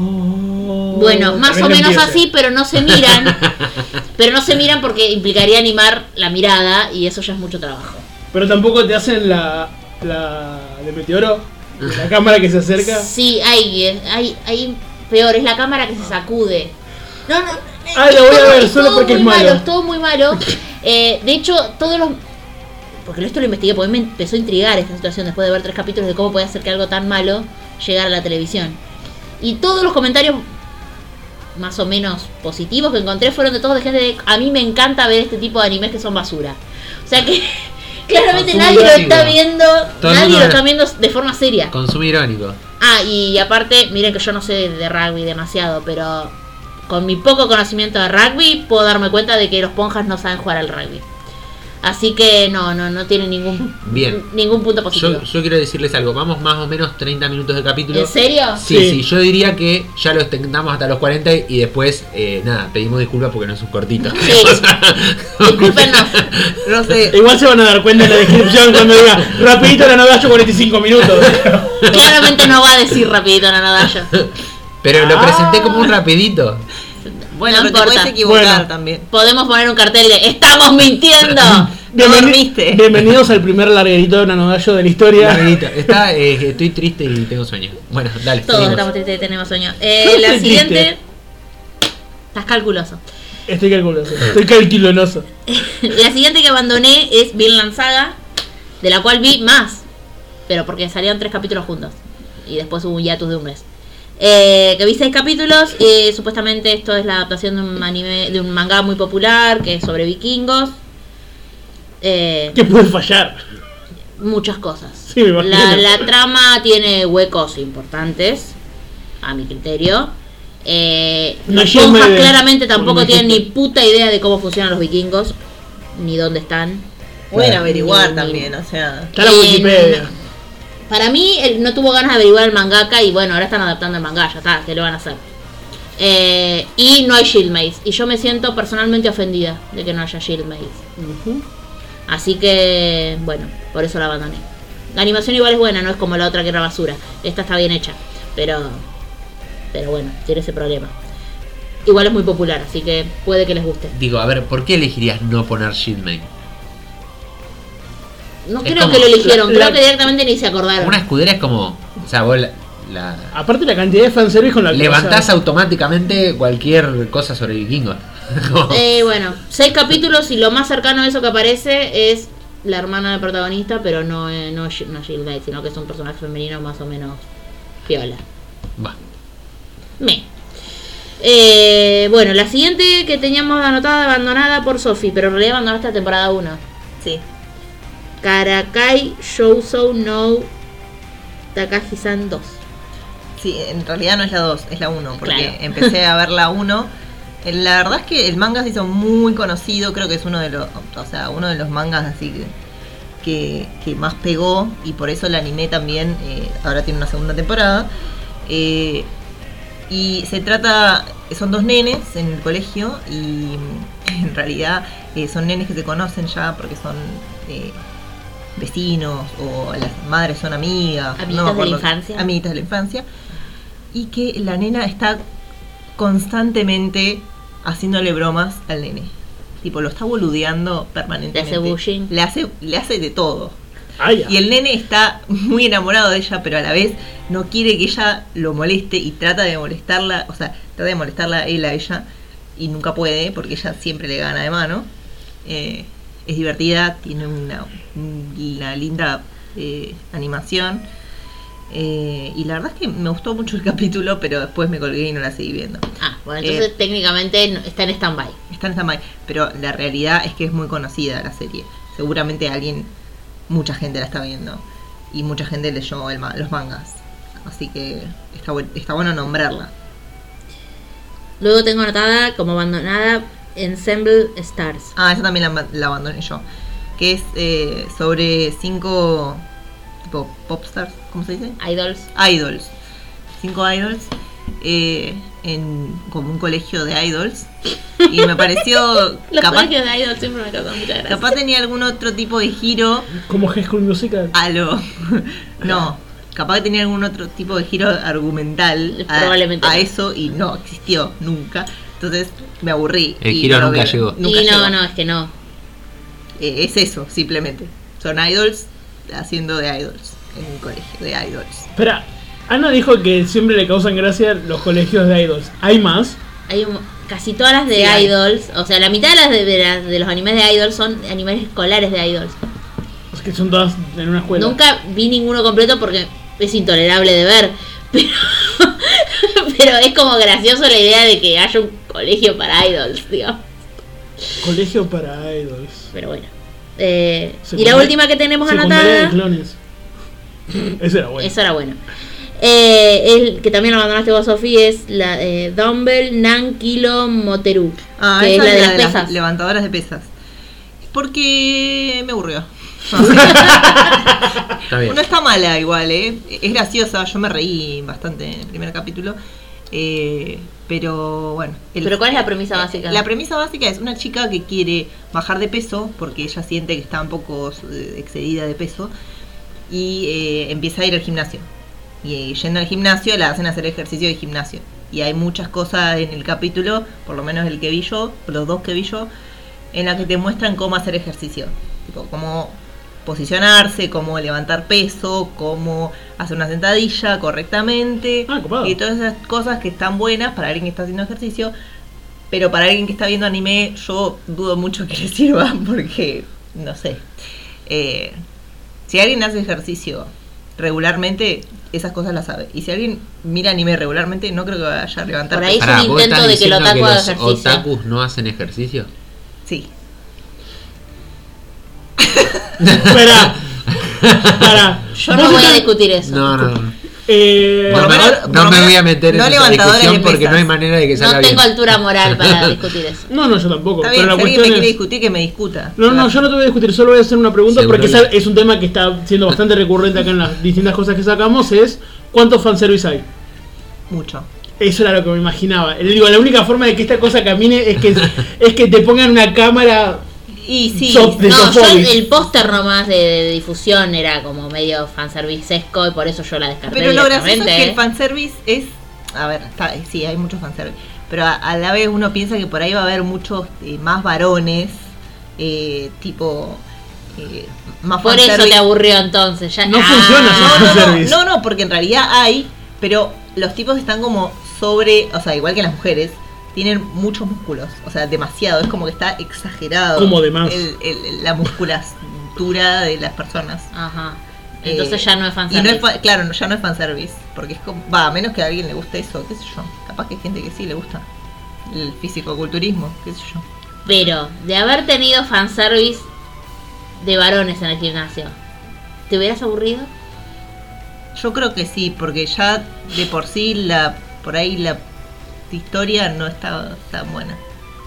Bueno, más o también menos empieza. así, pero no se miran. Pero no se miran porque implicaría animar la mirada y eso ya es mucho trabajo. Pero tampoco te hacen la, la de meteoro, de la cámara que se acerca. Sí, hay, hay, hay peor, es la cámara que se sacude. No, no. Ah, lo voy a todo- ver, solo todo porque es muy malo. Es todo muy malo. Eh, de hecho, todos los... Porque esto lo investigué, porque me empezó a intrigar esta situación después de ver tres capítulos de cómo puede hacer que algo tan malo llegara a la televisión. Y todos los comentarios más o menos positivos que encontré fueron de todos de gente de... A mí me encanta ver este tipo de animes que son basura. O sea que claramente Consumo nadie lo irónico. está viendo, Todo el nadie mundo lo ve. está viendo de forma seria. Consumo irónico. Ah, y aparte, miren que yo no sé de rugby demasiado, pero con mi poco conocimiento de rugby puedo darme cuenta de que los ponjas no saben jugar al rugby. Así que no, no, no tiene ningún Bien. ningún punto positivo. Yo, yo quiero decirles algo. Vamos más o menos treinta minutos de capítulo. ¿En serio? Sí, Sí. sí, yo diría que ya lo extendamos hasta los cuarenta y después, eh, nada, pedimos disculpas porque no es un cortito. Sí. Discúlpenos. No sé. Igual se van a dar cuenta en la descripción cuando diga rapidito la novela cuarenta y cinco minutos. Claramente no va a decir rapidito Nanodasho. Pero lo Ah. presenté como un rapidito. Bueno, No pero te importa. puedes equivocar Bueno. también. Podemos poner un cartel de ¡estamos mintiendo! No dormiste. Bienvenidos al primer larguerito de Nanodallo de la historia. Larguito. Está, eh, estoy triste y tengo sueño. Bueno, dale. Todos seguimos. estamos tristes y tenemos sueño. Eh, Yo la estoy siguiente... triste. Estás calculoso. Estoy calculoso, estoy calculonoso. La siguiente que abandoné es Vinland Saga, de la cual vi más, pero porque salieron tres capítulos juntos y después hubo un hiatus de un mes. Eh, que vi seis capítulos y supuestamente esto es la adaptación de un anime, de un manga muy popular que es sobre vikingos. Eh, ¿Qué puede fallar? muchas cosas. Sí, me imagino. La, la trama tiene huecos importantes, a mi criterio. Eh, No los llena monjas de- claramente tampoco por tienen ni ejemplo. puta idea de cómo funcionan los vikingos, ni dónde están. Pueden Claro. averiguar Ni- también, o sea. Está la En- Wikipedia. Para mí, él no tuvo ganas de averiguar el mangaka y bueno, ahora están adaptando el manga, ya está, ¿qué le van a hacer? Eh, y no hay Shieldmates. Y yo me siento personalmente ofendida de que no haya Shieldmates. Ujú. Así que, bueno, por eso la abandoné. La animación igual es buena, no es como la otra que era basura. Esta está bien hecha, pero pero bueno, tiene ese problema. Igual es muy popular, así que puede que les guste. Digo, a ver, ¿por qué elegirías no poner Shieldmate? No Es creo como- que lo eligieron, la- creo que directamente ni se acordaron. Una escudera es como. O sea, vos la, la- Aparte la cantidad de fanservice con la que levantás vas a- automáticamente cualquier cosa sobre vikingos. Como- Eh, bueno, seis capítulos y lo más cercano a eso que aparece es la hermana del protagonista, pero no, eh, no, es- no es Shieldmate, sino que es un personaje femenino más o menos piola. Va. Me. Eh, bueno, la siguiente que teníamos anotada, abandonada por Sophie, pero en realidad abandonaste la temporada uno. Sí. Karakai Shousou no Takashi-san dos. Sí, en realidad no es la dos, es la uno, porque Claro. empecé a ver la uno. Eh, La verdad es que el manga se hizo muy conocido, creo que es uno de los, o sea, uno de los mangas así que, que, que más pegó, y por eso el anime también eh, ahora tiene una segunda temporada. Eh, y se trata, son dos nenes en el colegio y en realidad eh, son nenes que se conocen ya porque son eh, vecinos o las madres son amigas. Amiguitas me de la acuerdo. infancia. Amiguitas de la infancia. Y que la nena está constantemente haciéndole bromas al nene. Tipo, lo está boludeando permanentemente. Le hace bullying. Le hace, le hace de todo. Ah, ya. Y el nene está muy enamorado de ella, pero a la vez no quiere que ella lo moleste y trata de molestarla, o sea, trata de molestarla él a ella y nunca puede porque ella siempre le gana de mano. Eh, es divertida, tiene una, una linda eh, animación. Eh, y la verdad es que me gustó mucho el capítulo, pero después me colgué y no la seguí viendo. Ah, bueno, entonces Eh, técnicamente no- está en stand-by. Está en stand-by, pero la realidad es que es muy conocida la serie. Seguramente alguien, mucha gente la está viendo y mucha gente leyó el ma- los mangas. Así que está, buen- está bueno nombrarla. Luego tengo anotada como abandonada Ensemble Stars. Ah, esa también la, la abandoné yo. Que es eh, sobre cinco tipo popstars, ¿cómo se dice? Idols. Idols. Cinco idols eh, en como un colegio de idols. Y me pareció... Los capaz, colegios de idols siempre me causan mucha gracia. capaz tenía algún otro tipo de giro Como High School Musical. a lo... No, capaz que tenía algún otro tipo de giro argumental a, Probablemente a no. eso y no existió nunca. Entonces me aburrí. El y giro no lo nunca vi- llegó. nunca y no, llegó. no, es que no. Eh, es eso, simplemente. Son idols haciendo de idols en un colegio de idols. Espera, Ana dijo que siempre le causan gracia los colegios de idols. ¿Hay más? Hay un- casi todas las de Sí, hay. idols, o sea, la mitad de las de, de las- de los animes de idols son animes escolares de idols. Es que son todas en una escuela. Nunca vi ninguno completo porque es intolerable de ver, pero, pero es como gracioso la idea de que haya un colegio para idols, digamos. Colegio para idols. Pero bueno. Eh, y Secundaria- la última que tenemos Secundaria de anotada, clones. Ese era bueno. eso era bueno. Eh, el que también abandonaste vos, Sofía, es la eh, Dumbbell Nankilo Moteru, Ah, que es esa la de las las pesas. levantadoras de pesas. Porque me aburrió. Está bien. No está mala igual, ¿eh? Es graciosa, yo me reí bastante en el primer capítulo. Eh, pero bueno. el- Pero ¿cuál es la premisa básica? La premisa básica es una chica que quiere bajar de peso porque ella siente que está un poco eh, excedida de peso y eh, empieza a ir al gimnasio. Y eh, yendo al gimnasio la hacen hacer ejercicio de gimnasio. Y hay muchas cosas en el capítulo, por lo menos el que vi yo, los dos que vi yo, en la que te muestran cómo hacer ejercicio. Tipo, cómo posicionarse, cómo levantar peso, cómo hacer una sentadilla correctamente. Ah, copado. Y todas esas cosas que están buenas para alguien que está haciendo ejercicio. Pero para alguien que está viendo anime, yo dudo mucho que le sirva porque, no sé. Eh, si alguien hace ejercicio regularmente, esas cosas las sabe. Y si alguien mira anime regularmente, no creo que vaya a levantar Por ahí peso. es un Pará, ¿vos intento estás de que el diciendo otaku haga los ejercicio. otakus no hacen ejercicio? Sí. Espera. Para. Yo no voy a discutir eso. No, no, no. Eh, No Por me, lo menos- no por lo me menos voy a meter no en esa levantadores discusión de porque pesas. no hay manera de que salga No bien. tengo altura moral para discutir eso. no, no, yo tampoco. Está pero bien, la si alguien me cuestión quiere es. discutir, que me discuta. No, no, yo no te voy a discutir, solo voy a hacer una pregunta Seguro porque la- esa es un tema que está siendo bastante recurrente acá en las distintas cosas que sacamos, es ¿cuántos fanservice hay? Mucho. Eso era lo que me imaginaba. Le digo, la única forma de que esta cosa camine es que es que te pongan una cámara. Y sí, So- de No, yo Sofobis. el, el póster nomás de, de difusión era como medio fanservicesco y por eso yo la descarté pero lo gracioso es directamente. que el ¿eh? fanservice es... A ver, está, sí, hay mucho fanservice. Pero a, a la vez uno piensa que por ahí va a haber muchos eh, más varones, eh, tipo... Eh, más Por eso fanservice. te aburrió entonces. Ya, No Ah. funciona así. No, no, no, fanservice. no, no, porque en realidad hay, pero los tipos están como sobre, o sea, igual que las mujeres, tienen muchos músculos, o sea, demasiado, es como que está exagerado. Como de más. el- el- la musculatura de las personas. Ajá. Entonces Eh, ya no es Y fanservice. no es fa- claro, no, ya no es fanservice, porque es como, va, a menos que a alguien le guste eso, qué sé yo, capaz que hay gente que sí le gusta el fisicoculturismo, qué sé yo. Pero de haber tenido fanservice de varones en el gimnasio, ¿te hubieras aburrido? Yo creo que sí, porque ya de por sí la por ahí la historia no está tan buena.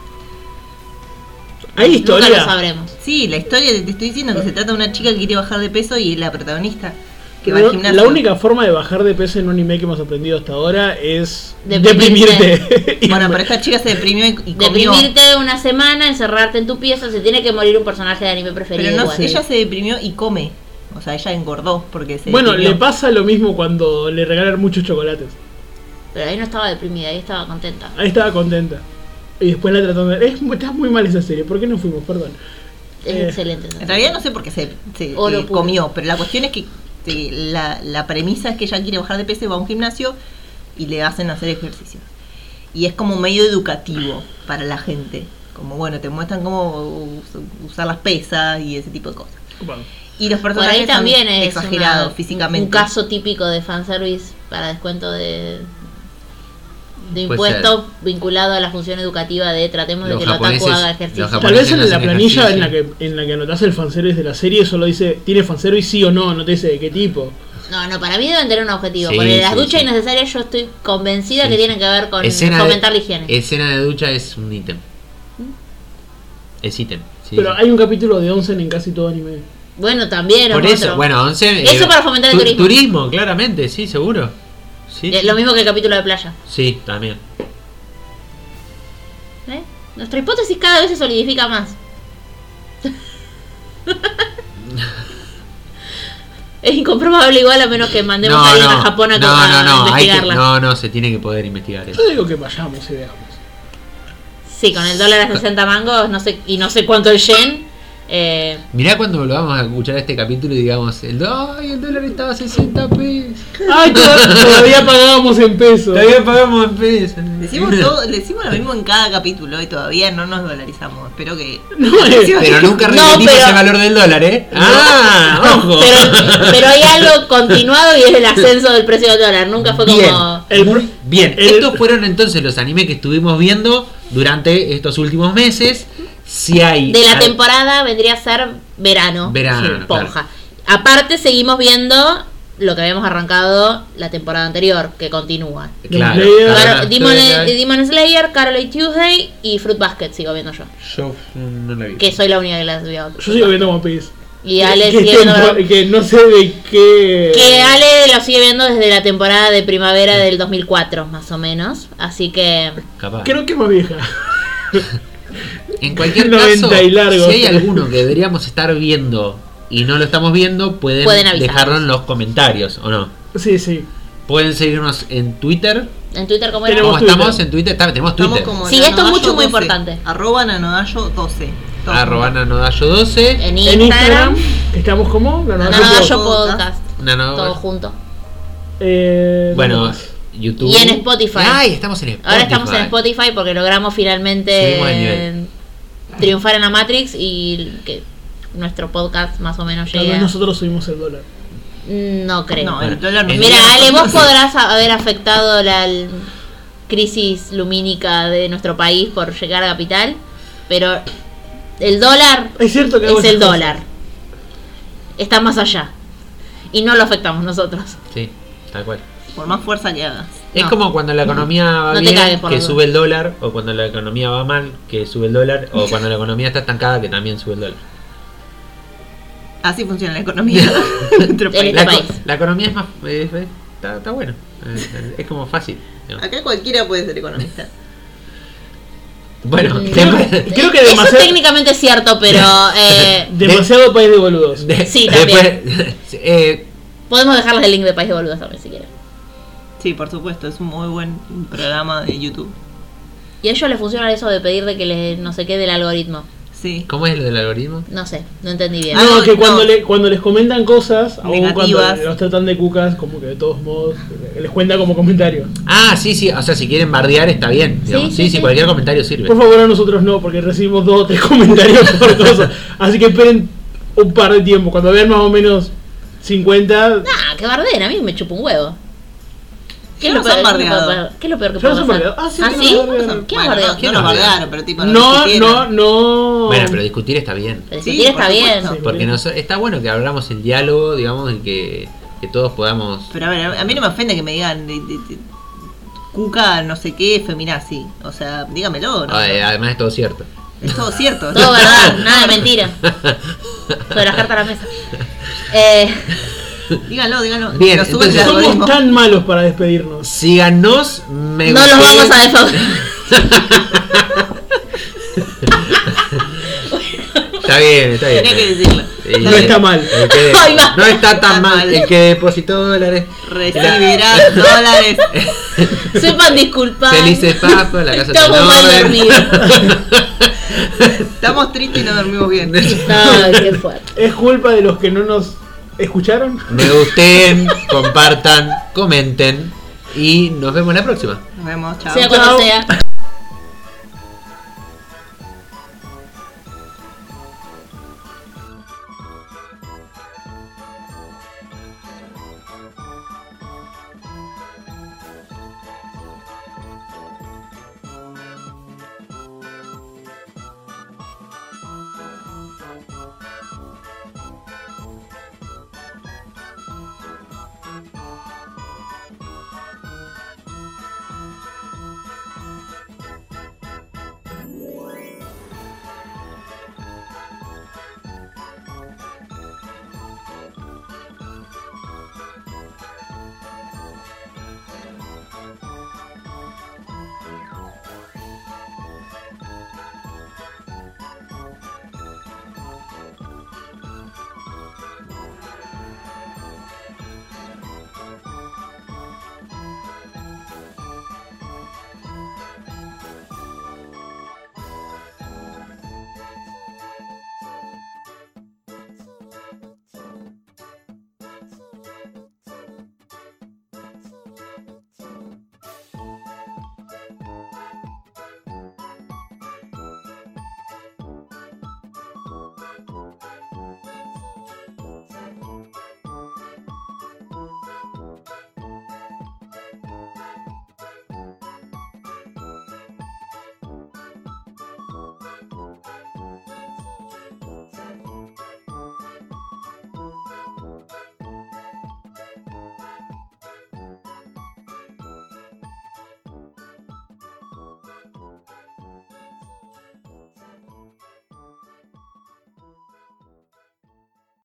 Hay Nunca lo historia. sabremos. Sí, la historia te estoy diciendo que se trata de una chica que quiere bajar de peso y la protagonista que va Pero al gimnasio. la única forma de bajar de peso en un anime que hemos aprendido hasta ahora es Deprimirte. deprimirte. Y Bueno, pero esta chica se deprimió y, y comió. Deprimirte una semana, encerrarte en tu pieza, se tiene que morir un personaje de anime preferido. Pero no, igual. ella se deprimió y come. O sea, ella engordó porque se bueno, deprimió. le pasa lo mismo cuando le regalan muchos chocolates. Pero ahí no estaba deprimida, ahí estaba contenta. Ahí estaba contenta. Y después la trataron de... Es, muy- está muy mal esa serie, ¿por qué no fuimos? Perdón. Es Eh, excelente. En realidad no sé por qué se, se, Oro eh, puro. comió, pero la cuestión es que eh, la, la premisa es que ella quiere bajar de peso y va a un gimnasio y le hacen hacer ejercicios. Y es como medio educativo para la gente. Como bueno, te muestran cómo us- usar las pesas y ese tipo de cosas. bueno. Y los Por personajes ahí también son es exagerados una- físicamente. un caso típico de fanservice para descuento de, de Puede impuesto vinculado a la función educativa de tratemos de Los que el otaku japoneses- haga ejercicio. los Tal japoneses vez en no la hacen planilla en la ejercicio. que en la que anotás el fanservice de la serie solo dice ¿tiene fanservice sí o no? No te dice de qué tipo. No, no, para mí deben tener un objetivo. Sí, porque las sí, duchas sí. innecesarias yo estoy convencida Sí, que sí. tienen que ver con Escena de- fomentar la higiene. Escena de ducha es un ítem. Es ítem. sí, Pero sí. hay un capítulo de once en casi todo anime. Bueno, también. Por es eso, otro. bueno, once. Eso para fomentar el turismo. Turismo, claramente, sí, seguro. Sí, Eh, Lo mismo que el capítulo de playa. sí, también. ¿Eh? Nuestra hipótesis cada vez se solidifica más. Es incomprobable igual a menos que mandemos a alguien a Japón a, no, a no, no, hay que- investigarla. no, no, se tiene que poder investigar eso. Yo digo que vayamos y veamos. Sí, con el dólar a sesenta mangos no sé, y no sé cuánto el yen. Eh, Mirá cuando volvamos a escuchar este capítulo y digamos, el, ay, el dólar estaba a sesenta pesos. Ay, todavía, todavía pagábamos en pesos. Todavía pagamos en pesos. Decimos, todo, decimos lo mismo en cada capítulo y todavía no nos dolarizamos. Espero que. No, eh, Pero nunca No, repetimos pero- el valor del dólar, ¿eh? ¡Ah! ¡Ojo! pero, pero hay algo continuado y es el ascenso del precio del dólar. Nunca fue Bien, como. El- muy bien. el- Estos fueron entonces los animes que estuvimos viendo durante estos últimos meses. Si hay De la al- temporada vendría a ser verano. Verano, Sí, claro. Ponja. Aparte, seguimos viendo lo que habíamos arrancado la temporada anterior, que continúa. Claro, Demon Slayer. claro, Claro, Demon, estoy- Demon Slayer, Carol Tuesday y Fruit Basket sigo viendo yo. Yo no la vi. Que soy la única que las vio. yo sigo viendo One Piece. Y Ale que, sigue viendo. tempo- que no sé de qué. Que Ale lo sigue viendo desde la temporada de primavera del dos mil cuatro, más o menos. Así que. Capaz. Creo que es más vieja. En cualquier noventa caso, y largo. si hay alguno que deberíamos estar viendo y no lo estamos viendo, pueden, Pueden avisarnos. dejarlo en los comentarios, ¿o no? Sí, sí. Pueden seguirnos en Twitter. En Twitter, ¿cómo era? Tenemos ¿Cómo Twitter. estamos en Twitter? Está- Tenemos Estamos Twitter. como Sí, esto es Nanodayo mucho, muy doce. importante. Arroba Nanodayo doce. Todo Arroba junto. Nanodayo doce. En En Instagram. Instagram estamos como la Nanodayo Nanodayo Podcast. Podcast. Nano- Todo junto. Eh, Bueno, ¿dónde más? YouTube. Y en Spotify. Ay, estamos en Spotify. Ahora estamos en Spotify porque logramos finalmente Subimos el nivel. triunfar en la Matrix y que nuestro podcast más o menos Tal llegue. vez a- nosotros subimos el dólar. No creo. No, el dólar no En- Mira, llega a Ale, vos nosotros. podrás a- haber afectado la l- crisis lumínica de nuestro país por llegar a capital, pero el dólar Es cierto que hago es esas el cosas. dólar. Está más allá. Y no lo afectamos nosotros. Sí, tal cual. Por más fuerza que hagas. Es No. como cuando la economía va No te bien, cagues por que las sube el dólar, o cuando la economía va mal, que sube el dólar, o cuando la economía está estancada, que también sube el dólar. Así funciona la economía de nuestro En país. este La, país. eco- la economía es más. es- es- está, está bueno. Eh, Es como fácil. digamos. Acá cualquiera puede ser economista. Bueno, Mm, después- Creo que Eso demasiado, técnicamente es cierto, pero eh, demasiado país de boludos. de- Sí, después- eh, podemos dejarles el link de País de Boludos también si quieren. Sí, por supuesto, es un muy buen programa de YouTube. Y a ellos les funciona eso de pedir de que les no sé qué del algoritmo. Sí. ¿Cómo es lo del algoritmo? No sé, no entendí bien. Ah, No, no, que no. cuando, le, cuando les comentan cosas, aún cuando Negativas. los tratan de cucas, como que de todos modos, les cuenta como comentario. Ah, sí, sí. O sea, si quieren bardear, está bien. digamos. Sí, Sí, sí, sí, sí. cualquier comentario sirve. Por favor, a nosotros no, porque recibimos dos o tres comentarios por cosa. Así que esperen un par de tiempo. Cuando vean más o menos cincuenta. Ah, que barden, a mí me chupa un huevo. ¿Qué Ya es, lo nos han peor, qué es lo bardeado. peor- qué es lo peor que Ya nos puede han pasar? bardeado. Ah, sí, ¿Ah, que sí? nos bardearon. ¿Qué Bueno, bardeó? no, ¿Quién no nos bardea? bardearon, pero tipo, nos No, discutieron. no, no. Bueno, pero discutir está bien. Pero Sí, discutir por está bien. supuesto. Porque nos, está bueno que abramos el diálogo, digamos, y que, que todos podamos. Pero a ver, a mí no me ofende que me digan de, de- de- Cuca, no sé qué, feminazi. O sea, dígamelo. ¿no? Ah, eh, además es todo cierto. Es todo cierto. Todo verdad, nada de mentira. Sobre las cartas a la mesa. Eh, Díganlo, díganlo. Bien, Lo suben entonces al Somos algoritmo. tan malos para despedirnos. Síganos, me no los gusté. vamos a defraudar. Está bien, está bien. Tenía que decirlo. Sí, No está mal. el que- Ay, va. no está tan Está mal. mal. El que depositó dólares. Recibirás dólares. Sepan disculpar. Felices papas, la casa Estamos está en mal orden. dormidos. Estamos tristes y no dormimos bien. Ay, qué fuerte. Es culpa de los que no nos escucharon. Me gusten, compartan, comenten y nos vemos la próxima. Nos vemos, chao. Sea cuando Chao. sea.